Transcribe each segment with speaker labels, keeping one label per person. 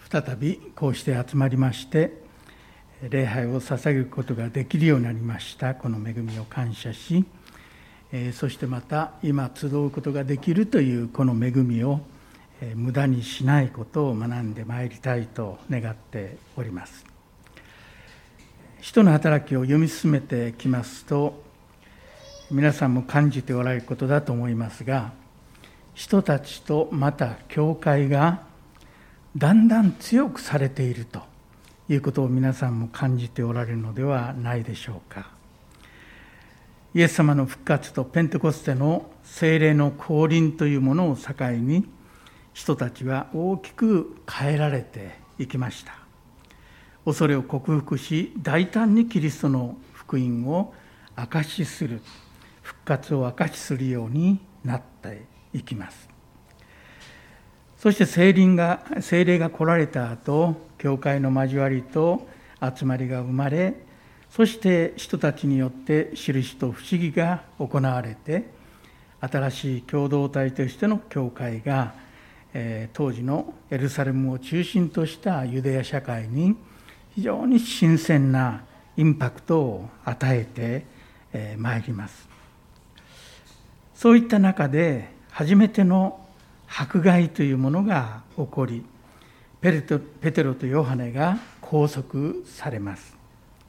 Speaker 1: 再びこうして集まりまして礼拝を捧げることができるようになりました。この恵みを感謝し、そしてまた今集うことができるというこの恵みを無駄にしないことを学んでまいりたいと願っております。使徒の働きを読み進めてきますと、皆さんも感じておられることだと思いますが、人たちとまた教会がだんだん強くされているということを皆さんも感じておられるのではないでしょうか。イエス様の復活とペンテコステの聖霊の降臨というものを境に、人たちは大きく変えられていきました。恐れを克服し、大胆にキリストの福音を証しする、復活を証しするようになっていきます。そして聖霊が来られた後、教会の交わりと集まりが生まれ、そして人たちによって印と不思議が行われて、新しい共同体としての教会が、当時のエルサレムを中心としたユダヤ社会に非常に新鮮なインパクトを与えてまいります。そういった中で初めての迫害というものが起こり、ペテロとヨハネが拘束されます。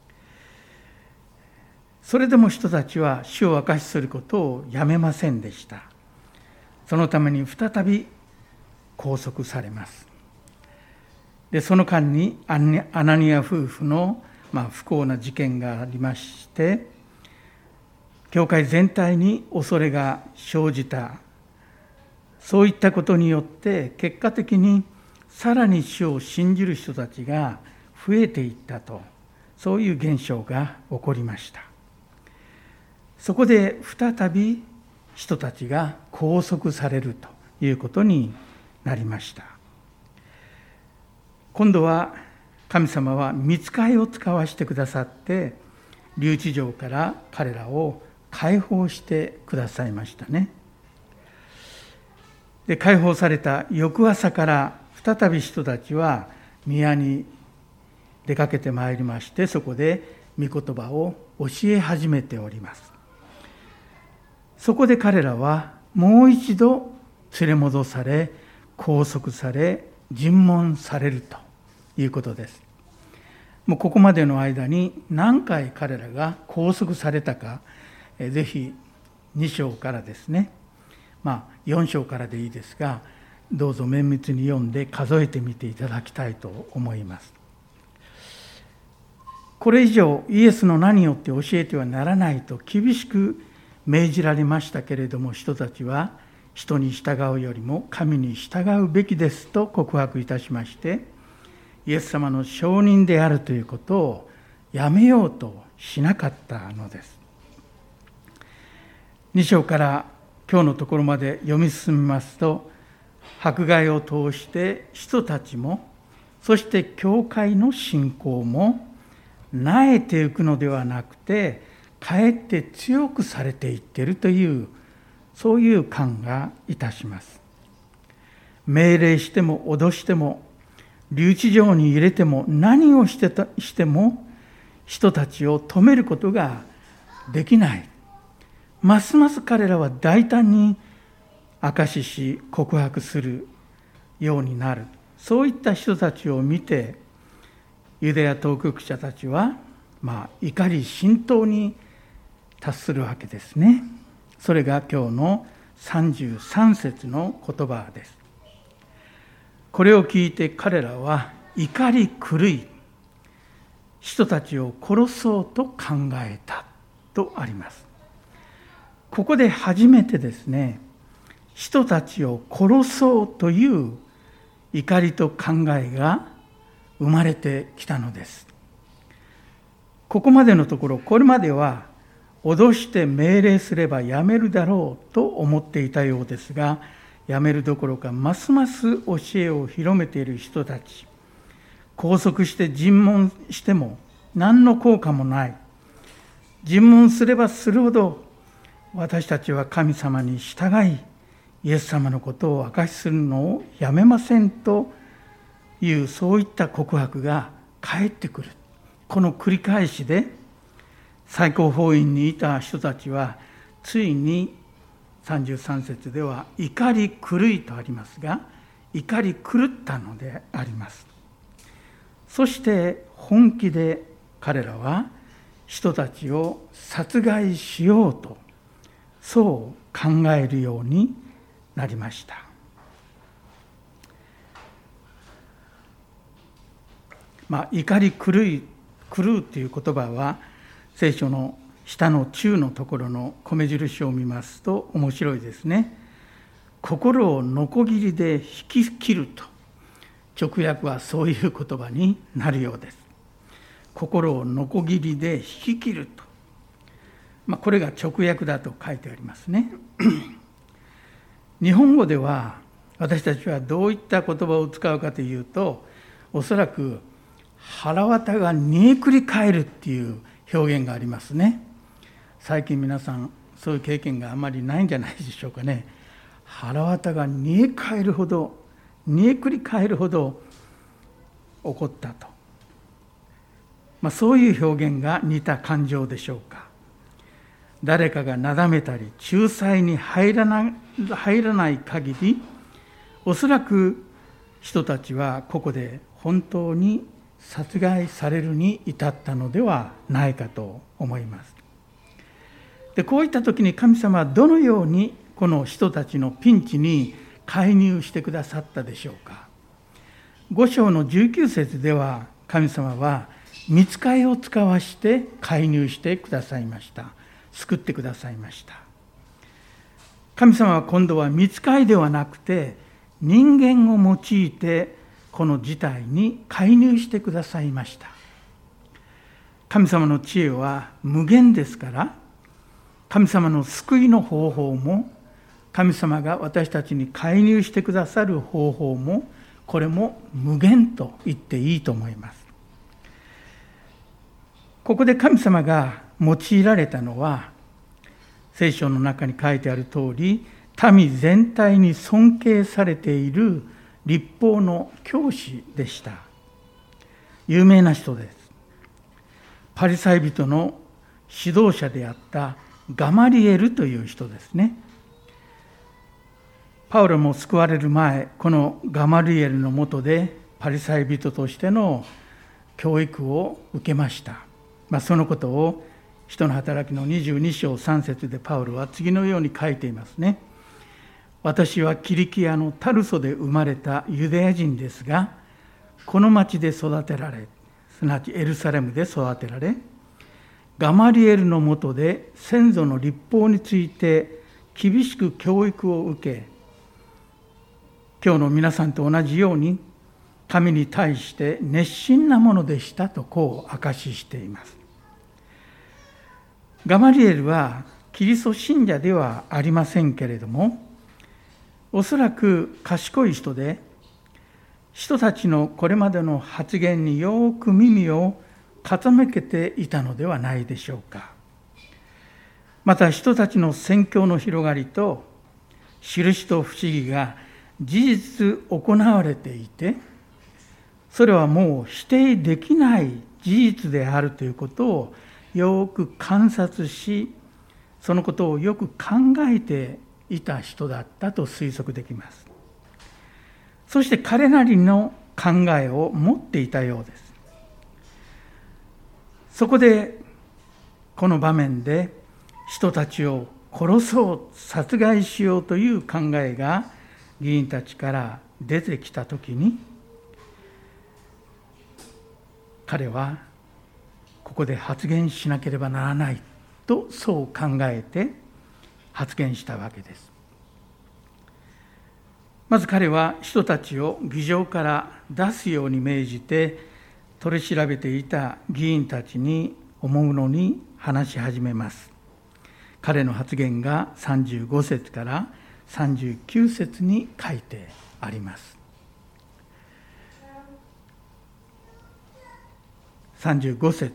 Speaker 1: それでも人たちは主を証しすることをやめませんでした。そのために再び拘束されます。で、その間にアナニア夫婦の不幸な事件がありまして、教会全体に恐れが生じた。そういったことによって結果的にさらに主を信じる人たちが増えていったと、そういう現象が起こりました。そこで再び人たちが拘束されるということになりました。今度は神様は御使いを使わせてくださって、留置場から彼らを解放してくださいましたね。で、解放された翌朝から再び人たちは宮に出かけてまいりまして、そこで御言葉を教え始めております。そこで彼らはもう一度連れ戻され、拘束され、尋問されるということです。もうここまでの間に何回彼らが拘束されたか、ぜひ2章からですね、4章からでいいですが、どうぞ綿密に読んで数えてみていただきたいと思います。これ以上イエスの名によって教えてはならないと厳しく命じられましたけれども、人たちは人に従うよりも神に従うべきですと告白いたしまして、イエス様の証人であるということをやめようとしなかったのです。2章から今日のところまで読み進みますと、迫害を通して人たちも、そして教会の信仰も萎えていくのではなくて、かえって強くされていっているという、そういう感がいたします。命令しても脅しても、留置場に入れても、何をしても人たちを止めることができない。ますます彼らは大胆に証しし告白するようになる。そういった人たちを見て、ユダヤ当局者たちは怒り心頭に達するわけですね。それが今日の33節の言葉です。これを聞いて彼らは怒り狂い、人たちを殺そうと考えたとあります。ここで初めてですね、人たちを殺そうという怒りと考えが生まれてきたのです。ここまでのところ、これまでは脅して命令すればやめるだろうと思っていたようですが、やめるどころかますます教えを広めている人たち、拘束して尋問しても何の効果もない。尋問すればするほど私たちは神様に従い、イエス様のことを証しするのをやめませんというそういった告白が返ってくる。この繰り返しで最高法院にいた人たちはついに33節では怒り狂いとありますが、怒り狂ったのであります。そして本気で彼らは人たちを殺害しようとそう考えるようになりました。怒り狂うという言葉は聖書の下の中のところの米印を見ますと面白いですね。心をノコギリで引き切ると、直訳はそういう言葉になるようです。心をノコギリで引き切ると、これが直訳だと書いてありますね。日本語では私たちはどういった言葉を使うかというと、おそらく腹渡が煮えくり返るっていう表現がありますね。最近皆さんそういう経験があまりないんじゃないでしょうかね。腹渡が煮えくり返るほど怒ったと、そういう表現が似た感情でしょうか。誰かがなだめたり仲裁に入らない限り、おそらく人たちはここで本当に殺害されるに至ったのではないかと思います。で、こういった時に神様はどのようにこの人たちのピンチに介入してくださったでしょうか。5章の19節では神様は御使いを使わして介入してくださいました。救ってくださいました。神様は今度は御使いではなくて人間を用いてこの事態に介入してくださいました。神様の知恵は無限ですから、神様の救いの方法も、神様が私たちに介入してくださる方法も、これも無限と言っていいと思います。ここで神様が用いられたのは、聖書の中に書いてある通り、民全体に尊敬されている律法の教師でした。有名な人です。パリサイ人の指導者であったガマリエルという人ですね。パウロも救われる前、このガマリエルの下でパリサイ人としての教育を受けました。そのことを使徒の働きの22章3節でパウロは次のように書いていますね。私はキリキアのタルソで生まれたユダヤ人ですが、この町で育てられ、すなわちエルサレムで育てられ、ガマリエルの下で先祖の律法について厳しく教育を受け、今日の皆さんと同じように神に対して熱心なものでしたとこう証ししています。ガマリエルはキリスト信者ではありませんけれども、おそらく賢い人で、人たちのこれまでの発言によく耳を傾けていたのではないでしょうか。また人たちの宣教の広がりと印と不思議が事実行われていて、それはもう否定できない事実であるということをよく観察し、そのことをよく考えていた人だったと推測できます。そして彼なりの考えを持っていたようです。そこでこの場面で人たちを殺そう、殺害しようという考えが議員たちから出てきたときに、彼はここで発言しなければならないとそう考えて発言したわけです。まず彼は人たちを議場から出すように命じて、取り調べていた議員たちに思うのに話し始めます。彼の発言が35節から39節に書いてあります。35節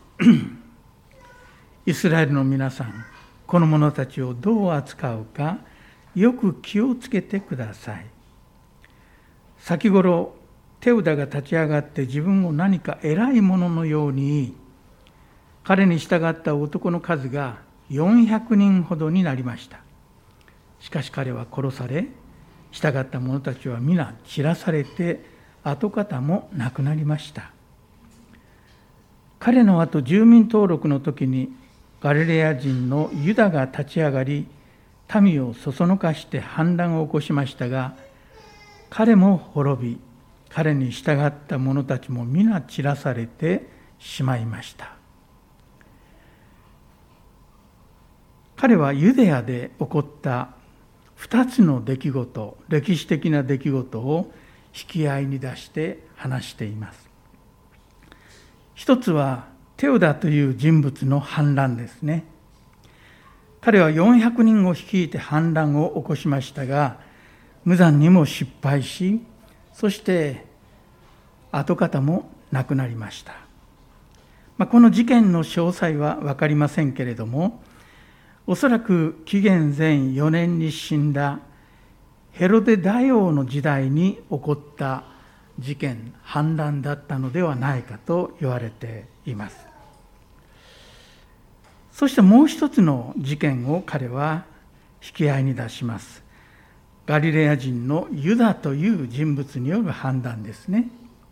Speaker 1: イスラエルの皆さん、この者たちをどう扱うかよく気をつけてください。先頃テウダが立ち上がって自分を何か偉いもののように、彼に従った男の数が400人ほどになりました。しかし彼は殺され、従った者たちは皆散らされて、跡形もなくなりました。彼の後、住民登録の時にガリレア人のユダが立ち上がり、民をそそのかして反乱を起こしましたが、彼も滅び、彼に従った者たちも皆散らされてしまいました。彼はユダヤで起こった2つの出来事、歴史的な出来事を引き合いに出して話しています。一つはテウダという人物の反乱ですね。彼は400人を率いて反乱を起こしましたが、無残にも失敗し、そして跡形もなくなりました。この事件の詳細は分かりませんけれども、おそらく紀元前4年に死んだヘロデ大王の時代に起こった事件、反乱だったのではないかと言われています。そしてもう一つの事件を彼は引き合いに出します。ガリレア人のユダという人物による反乱ですね。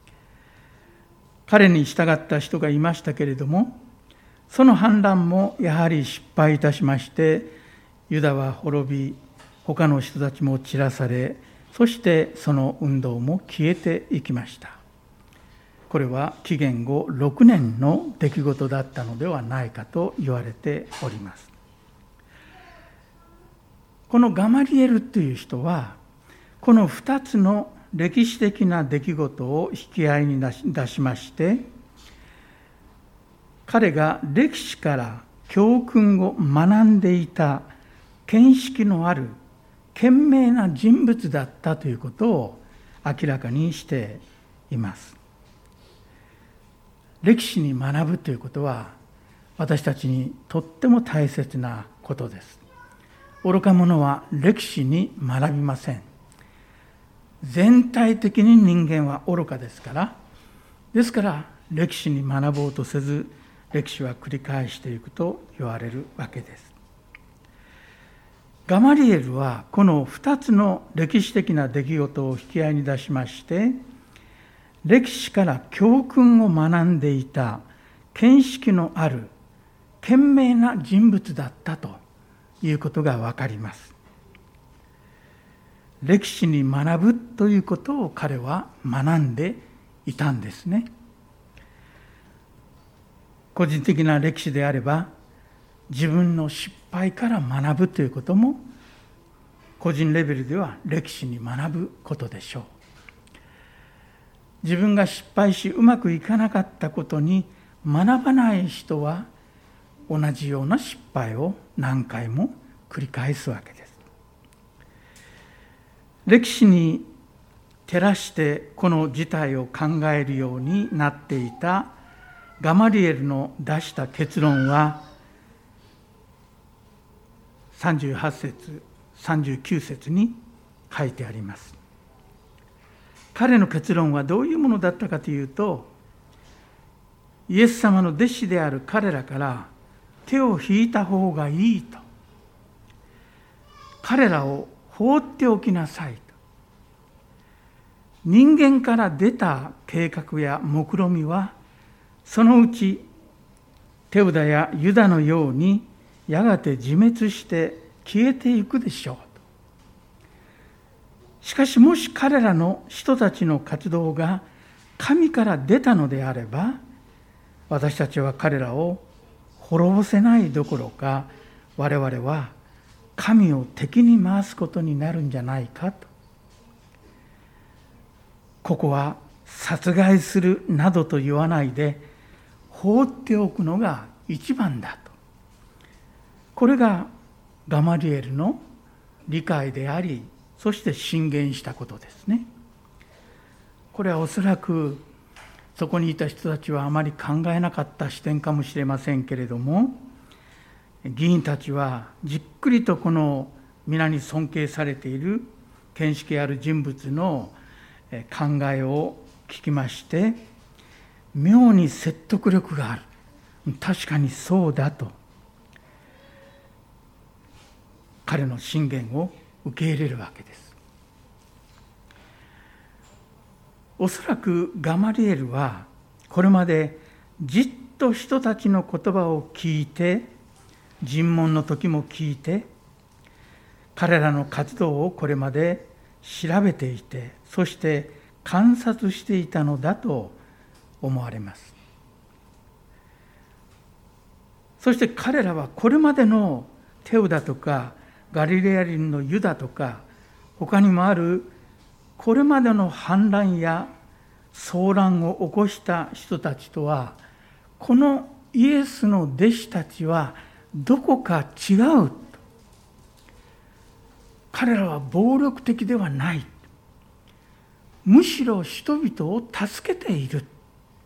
Speaker 1: 彼に従った人がいましたけれども、その反乱もやはり失敗いたしまして、ユダは滅び、他の人たちも散らされ、そしてその運動も消えていきました。これは紀元後6年の出来事だったのではないかと言われております。このガマリエルという人は、この2つの歴史的な出来事を引き合いに出しまして、彼が歴史から教訓を学んでいた見識のある賢明な人物だったということを明らかにしています。歴史に学ぶということは私たちにとっても大切なことです。愚か者は歴史に学びません。全体的に人間は愚かですから、ですから歴史に学ぼうとせず、歴史は繰り返していくと言われるわけです。ガマリエルはこの2つの歴史的な出来事を引き合いに出しまして、歴史から教訓を学んでいた見識のある賢明な人物だったということがわかります。歴史に学ぶということを彼は学んでいたんですね。個人的な歴史であれば、自分の失敗から学ぶということも個人レベルでは歴史に学ぶことでしょう。自分が失敗しうまくいかなかったことに学ばない人は同じような失敗を何回も繰り返すわけです。歴史に照らしてこの事態を考えるようになっていたガマリエルの出した結論は38節、39節に書いてあります。彼の結論はどういうものだったかというと、イエス様の弟子である彼らから手を引いた方がいいと、彼らを放っておきなさいと、人間から出た計画や目論みはそのうちテウダやユダのようにやがて自滅して消えていくでしょう。しかしもし彼らの人たちの活動が神から出たのであれば、私たちは彼らを滅ぼせないどころか、我々は神を敵に回すことになるんじゃないかと。ここは殺害するなどと言わないで、放っておくのが一番だと。これがガマリエルの理解であり、そして進言したことですね。これはおそらくそこにいた人たちはあまり考えなかった視点かもしれませんけれども、議員たちはじっくりとこの皆に尊敬されている見識ある人物の考えを聞きまして、妙に説得力がある。確かにそうだと、彼の進言を受け入れるわけです。おそらくガマリエルは、これまでじっと人たちの言葉を聞いて、尋問の時も聞いて、彼らの活動をこれまで調べていて、そして観察していたのだと思われます。そして彼らはこれまでのテウだとかガリレア人のユダとか他にもあるこれまでの反乱や騒乱を起こした人たちとは、このイエスの弟子たちはどこか違う。彼らは暴力的ではない。むしろ人々を助けている。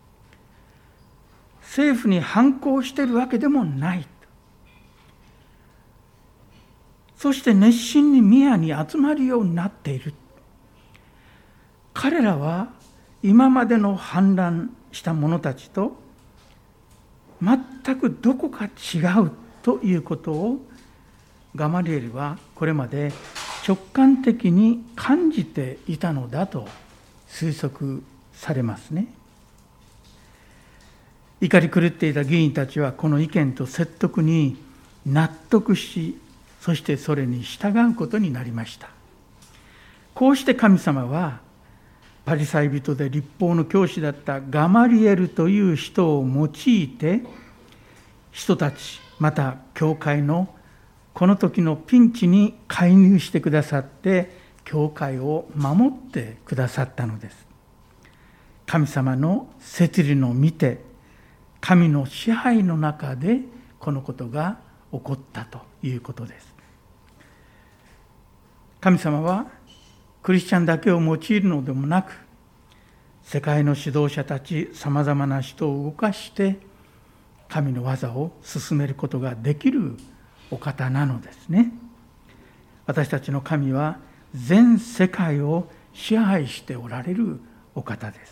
Speaker 1: 政府に反抗しているわけでもない。そして熱心に宮に集まるようになっている。彼らは今までの反乱した者たちと全くどこか違うということをガマリエルはこれまで直感的に感じていたのだと推測されますね。怒り狂っていた議員たちはこの意見と説得に納得し、そしてそれに従うことになりました。こうして神様はパリサイ人で律法の教師だったガマリエルという人を用いて、人たちまた教会のこの時のピンチに介入してくださって、教会を守ってくださったのです。神様の摂理の見て、神の支配の中でこのことが起こったということです。神様はクリスチャンだけを用いるのでもなく、世界の指導者たちさまざまな人を動かして神の技を進めることができるお方なのですね。私たちの神は全世界を支配しておられるお方です。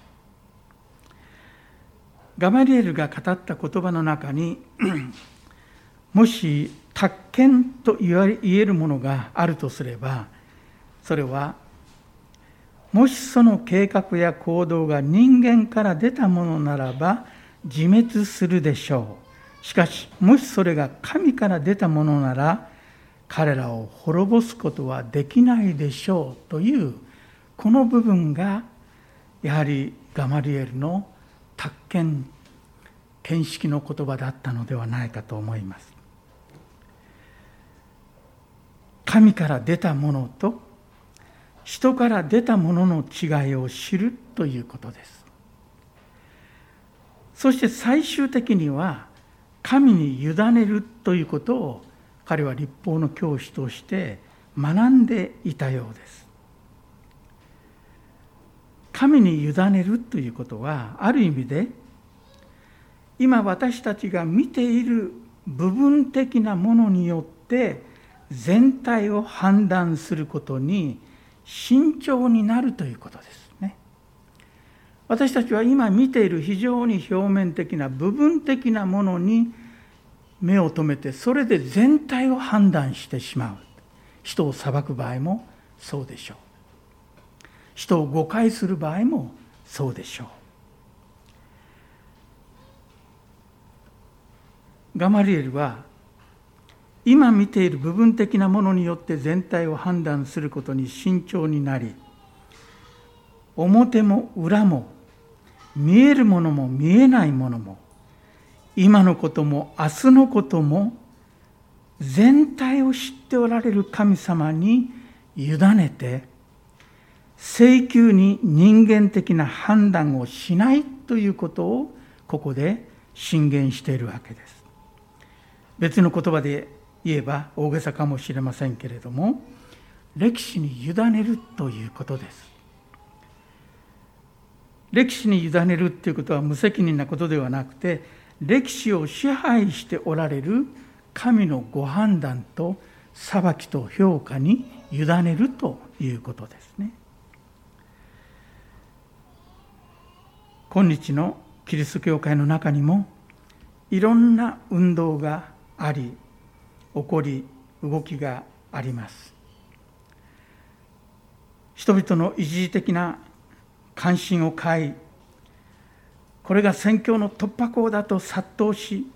Speaker 1: ガマリエルが語った言葉の中にもし宅建と言えるものがあるとすれば、それはもしその計画や行動が人間から出たものならば自滅するでしょう。しかしもしそれが神から出たものなら彼らを滅ぼすことはできないでしょうという、この部分がやはりガマリエルの宅建見識の言葉だったのではないかと思います。神から出たものと人から出たものの違いを知るということです。そして最終的には神に委ねるということを彼は律法の教師として学んでいたようです。神に委ねるということは、ある意味で今私たちが見ている部分的なものによって全体を判断することに慎重になるということですね。私たちは今見ている非常に表面的な部分的なものに目を留めて、それで全体を判断してしまう。人を裁く場合もそうでしょう。人を誤解する場合もそうでしょう。ガマリエルは今見ている部分的なものによって全体を判断することに慎重になり、表も裏も見えるものも見えないものも今のことも明日のことも全体を知っておられる神様に委ねて、請求に人間的な判断をしないということをここで進言しているわけです。別の言葉で言えば大げさかもしれませんけれども、歴史に委ねるということです。歴史に委ねるということは無責任なことではなくて、歴史を支配しておられる神のご判断と裁きと評価に委ねるということですね。 今日のキリスト教会の中にもいろんな運動があり、起こり、動きがあります。人々の一時的な関心を買い、これが宣教の突破口だと殺到し、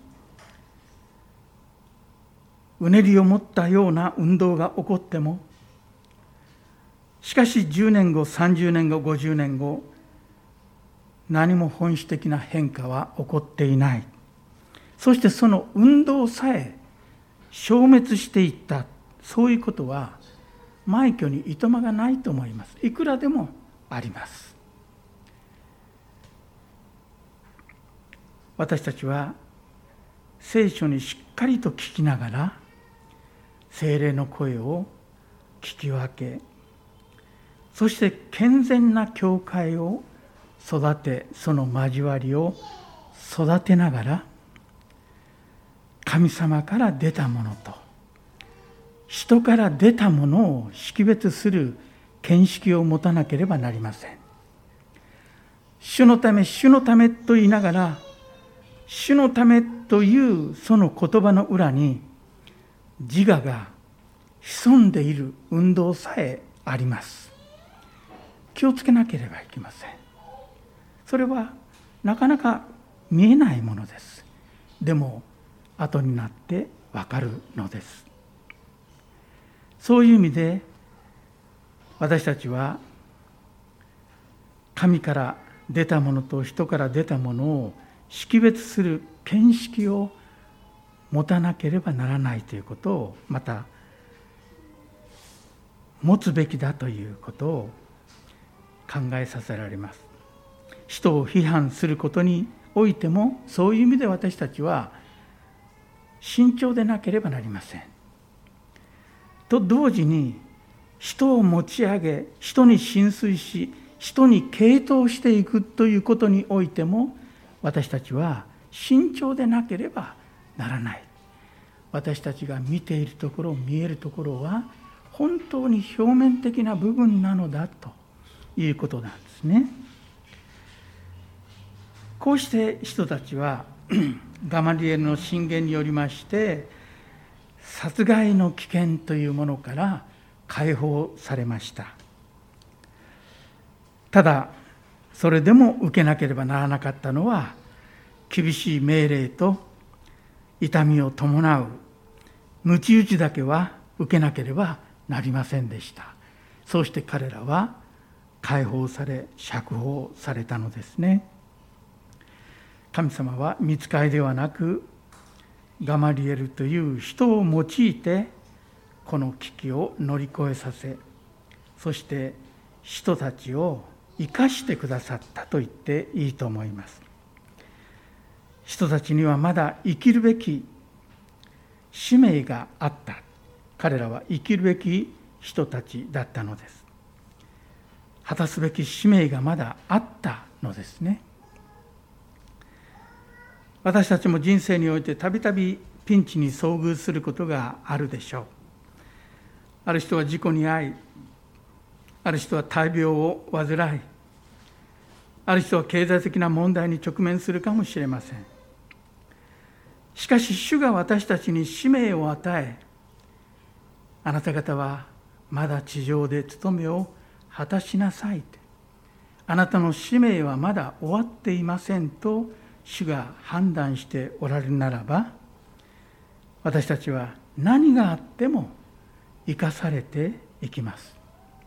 Speaker 1: うねりを持ったような運動が起こっても、しかし10年後、30年後、50年後、何も本質的な変化は起こっていない。そしてその運動さえ消滅していった、そういうことは枚挙にいとまがないと思います。いくらでもあります。私たちは聖書にしっかりと聞きながら、聖霊の声を聞き分け、そして健全な教会を育て、その交わりを育てながら、神様から出たものと人から出たものを識別する見識を持たなければなりません。主のため、主のためと言いながら、主のためというその言葉の裏に自我が潜んでいる運動さえあります。気をつけなければいけません。それはなかなか見えないものです。でも後になってわかるのです。そういう意味で私たちは神から出たものと人から出たものを識別する見識を持たなければならないということをまた持つべきだということを考えさせられます。人を批判することにおいてもそういう意味で私たちは慎重でなければなりません。と同時に人を持ち上げ、人に浸水し、人に傾倒していくということにおいても私たちは慎重でなければならない。私たちが見ているところ、見えるところは本当に表面的な部分なのだということなんですね。こうして人たちはガマリエルの進言によりまして殺害の危険というものから解放されました。ただそれでも受けなければならなかったのは厳しい命令と痛みを伴う鞭打ちだけは受けなければなりませんでした。そうして彼らは解放され釈放されたのですね。神様は御使いではなくガマリエルという人を用いてこの危機を乗り越えさせ、そして人たちを生かしてくださったと言っていいと思います。人たちにはまだ生きるべき使命があった。彼らは生きるべき人たちだったのです。果たすべき使命がまだあったのですね。私たちも人生においてたびたびピンチに遭遇することがあるでしょう。ある人は事故に遭い、ある人は大病を患い、ある人は経済的な問題に直面するかもしれません。しかし主が私たちに使命を与え、あなた方はまだ地上で務めを果たしなさい。あなたの使命はまだ終わっていませんと主が判断しておられるならば、私たちは何があっても生かされていきます。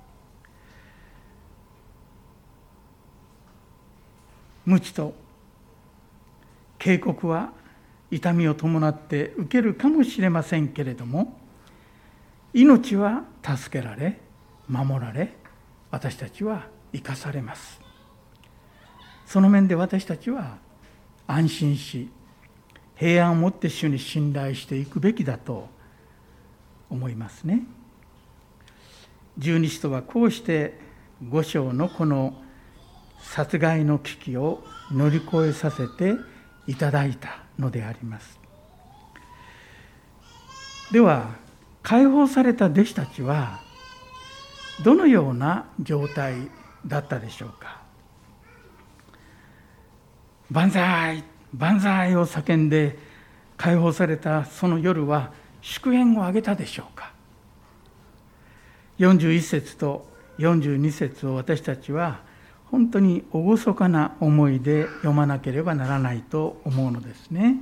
Speaker 1: 鞭と警告は痛みを伴って受けるかもしれませんけれども、命は助けられ守られ、私たちは生かされます。その面で私たちは安心し平安をもって主に信頼していくべきだと思いますね。十二使徒はこうして5章のこの殺害の危機を乗り越えさせていただいたのであります。では解放された弟子たちはどのような状態だったでしょうか。 万歳万歳を叫んで解放されたその夜は祝宴をあげたでしょうか。41節と42節を私たちは本当に厳かな思いで読まなければならないと思うのですね。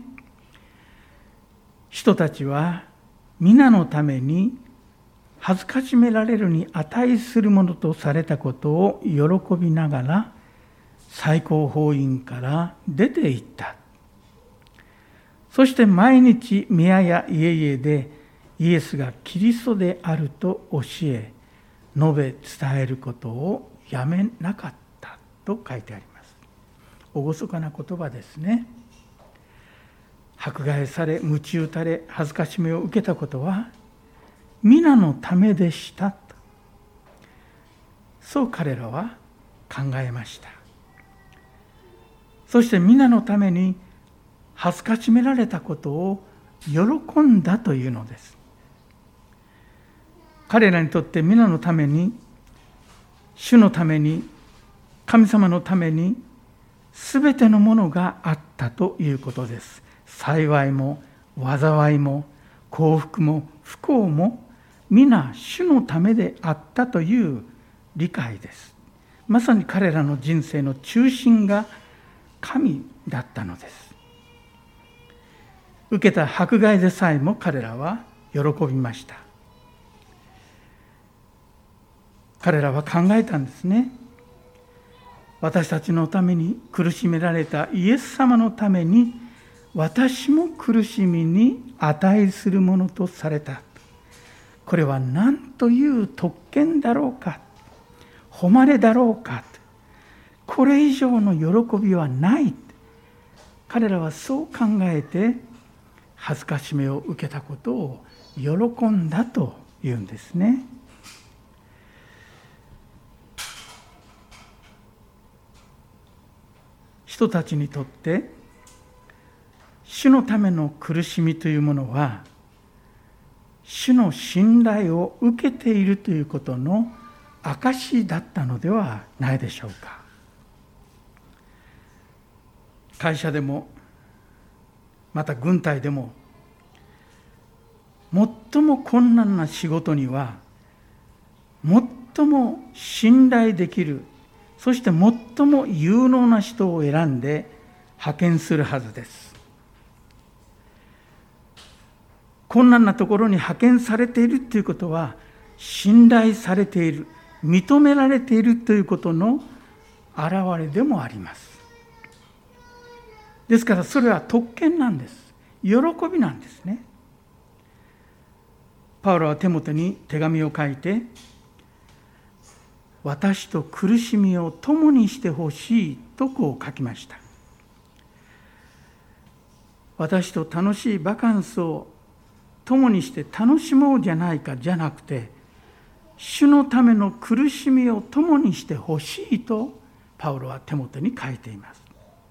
Speaker 1: 人たちは皆のために恥ずかしめられるに値するものとされたことを喜びながら最高法院から出て行った。そして毎日宮や家々でイエスがキリストであると教え、述べ伝えることをやめなかったと書いてあります。厳かな言葉ですね。迫害され、鞭打たれ、恥ずかしめを受けたことは皆のためでしたと、そう彼らは考えました。そして皆のために恥ずかしめられたことを喜んだというのです。彼らにとって皆のために、主のために、神様のためにすべてのものがあったということです。幸いも災いも幸福も不幸も皆主のためであったという理解です。まさに彼らの人生の中心が神だったのです。受けた迫害でさえも彼らは喜びました。彼らは考えたんですね。私たちのために苦しめられたイエス様のために私も苦しみに値するものとされた。これは何という特権だろうか、誉れだろうか、これ以上の喜びはない。彼らはそう考えて恥ずかしめを受けたことを喜んだというんですね。人たちにとって主のための苦しみというものは主の信頼を受けているということの証だったのではないでしょうか。会社でもまた軍隊でも最も困難な仕事には最も信頼できる、そして最も有能な人を選んで派遣するはずです。困難なところに派遣されているということは信頼されている、認められているということの表れでもあります。ですからそれは特権なんです。喜びなんですね。パウロはテモテに手紙を書いて、私と苦しみを共にしてほしいとこう書きました。私と楽しいバカンスを共にして楽しもうじゃないかじゃなくて、主のための苦しみを共にしてほしいとパウロはテモテに書いています。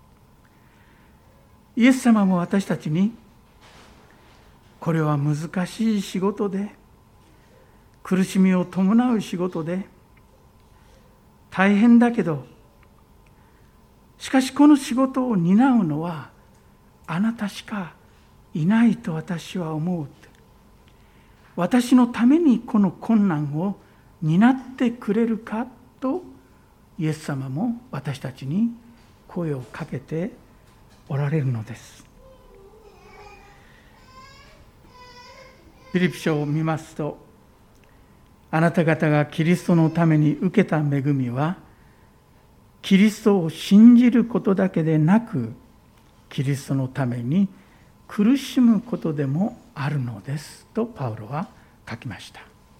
Speaker 1: イエス様も私たちに、これは難しい仕事で、苦しみを伴う仕事で、大変だけど、しかしこの仕事を担うのはあなたしかいないと私は思う。私のためにこの困難を担ってくれるかとイエス様も私たちに声をかけておられるのです。フィリピ書を見ますと、あなた方がキリストのために受けた恵みは、キリストを信じることだけでなく、キリストのために苦しむことでもあるのですとパウロは書きました。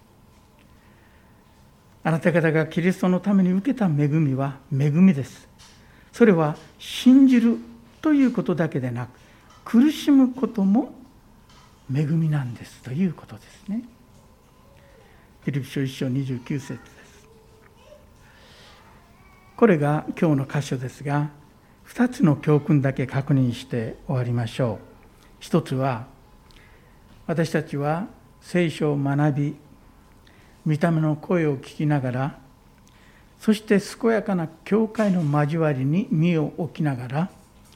Speaker 1: あなた方がキリストのために受けた恵みは恵みです。それは信じるということだけでなく、苦しむことも恵みなんですということですね。フィリピ書1章29節です。これが今日の箇所ですが、2つの教訓だけ確認して終わりましょう。一つは、私たちは聖書を学び、御霊の声を聞きながら、そして健やかな教会の交わりに身を置きながら、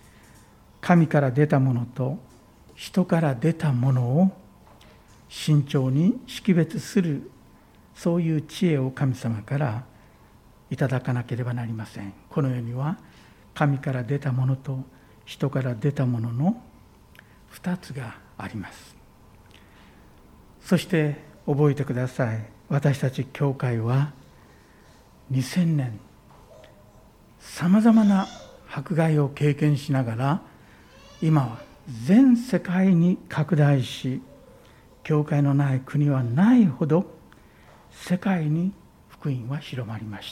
Speaker 1: 神から出たものと人から出たものを慎重に識別する、そういう知恵を神様からいただかなければなりません。この世には神から出たものと人から出たものの2つがあります。そして覚えてください。私たち教会は2000年さまざまな迫害を経験しながら、今は全世界に拡大し、教会のない国はないほど世界に福音は広まりました。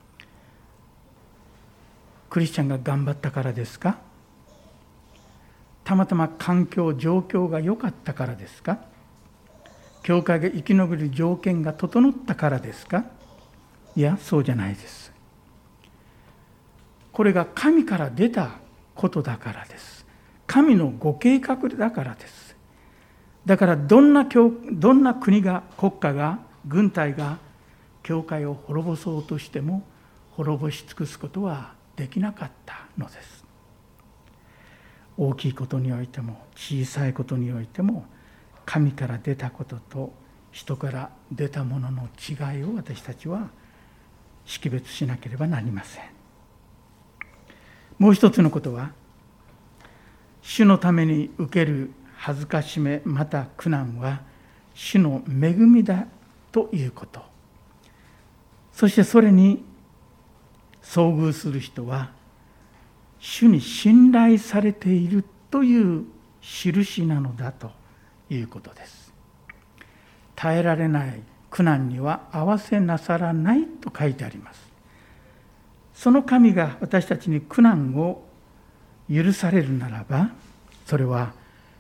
Speaker 1: クリスチャンが頑張ったからですか？たまたま環境状況が良かったからですか？教会が生き延びる条件が整ったからですか？いや、そうじゃないです。これが神から出たことだからです。神のご計画だからです。だからどんな国が、国家が、軍隊が教会を滅ぼそうとしても滅ぼし尽くすことはできなかったのです。大きいことにおいても小さいことにおいても、神から出たことと人から出たものの違いを私たちは識別しなければなりません。もう一つのことは、主のために受ける恥ずかしめまた苦難は主の恵みだということ。そしてそれに遭遇する人は主に信頼されているという印なのだということです。耐えられない苦難には合わせなさらないと書いてあります。その神が私たちに苦難を許されるならば、それは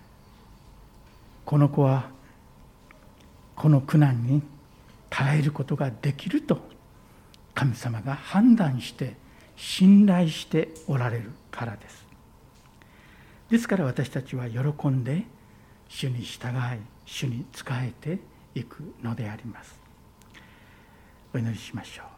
Speaker 1: この子はこの苦難に耐えることができると神様が判断して信頼しておられるからです。ですから私たちは喜んで主に従い、主に仕えていくのであります。お祈りしましょう。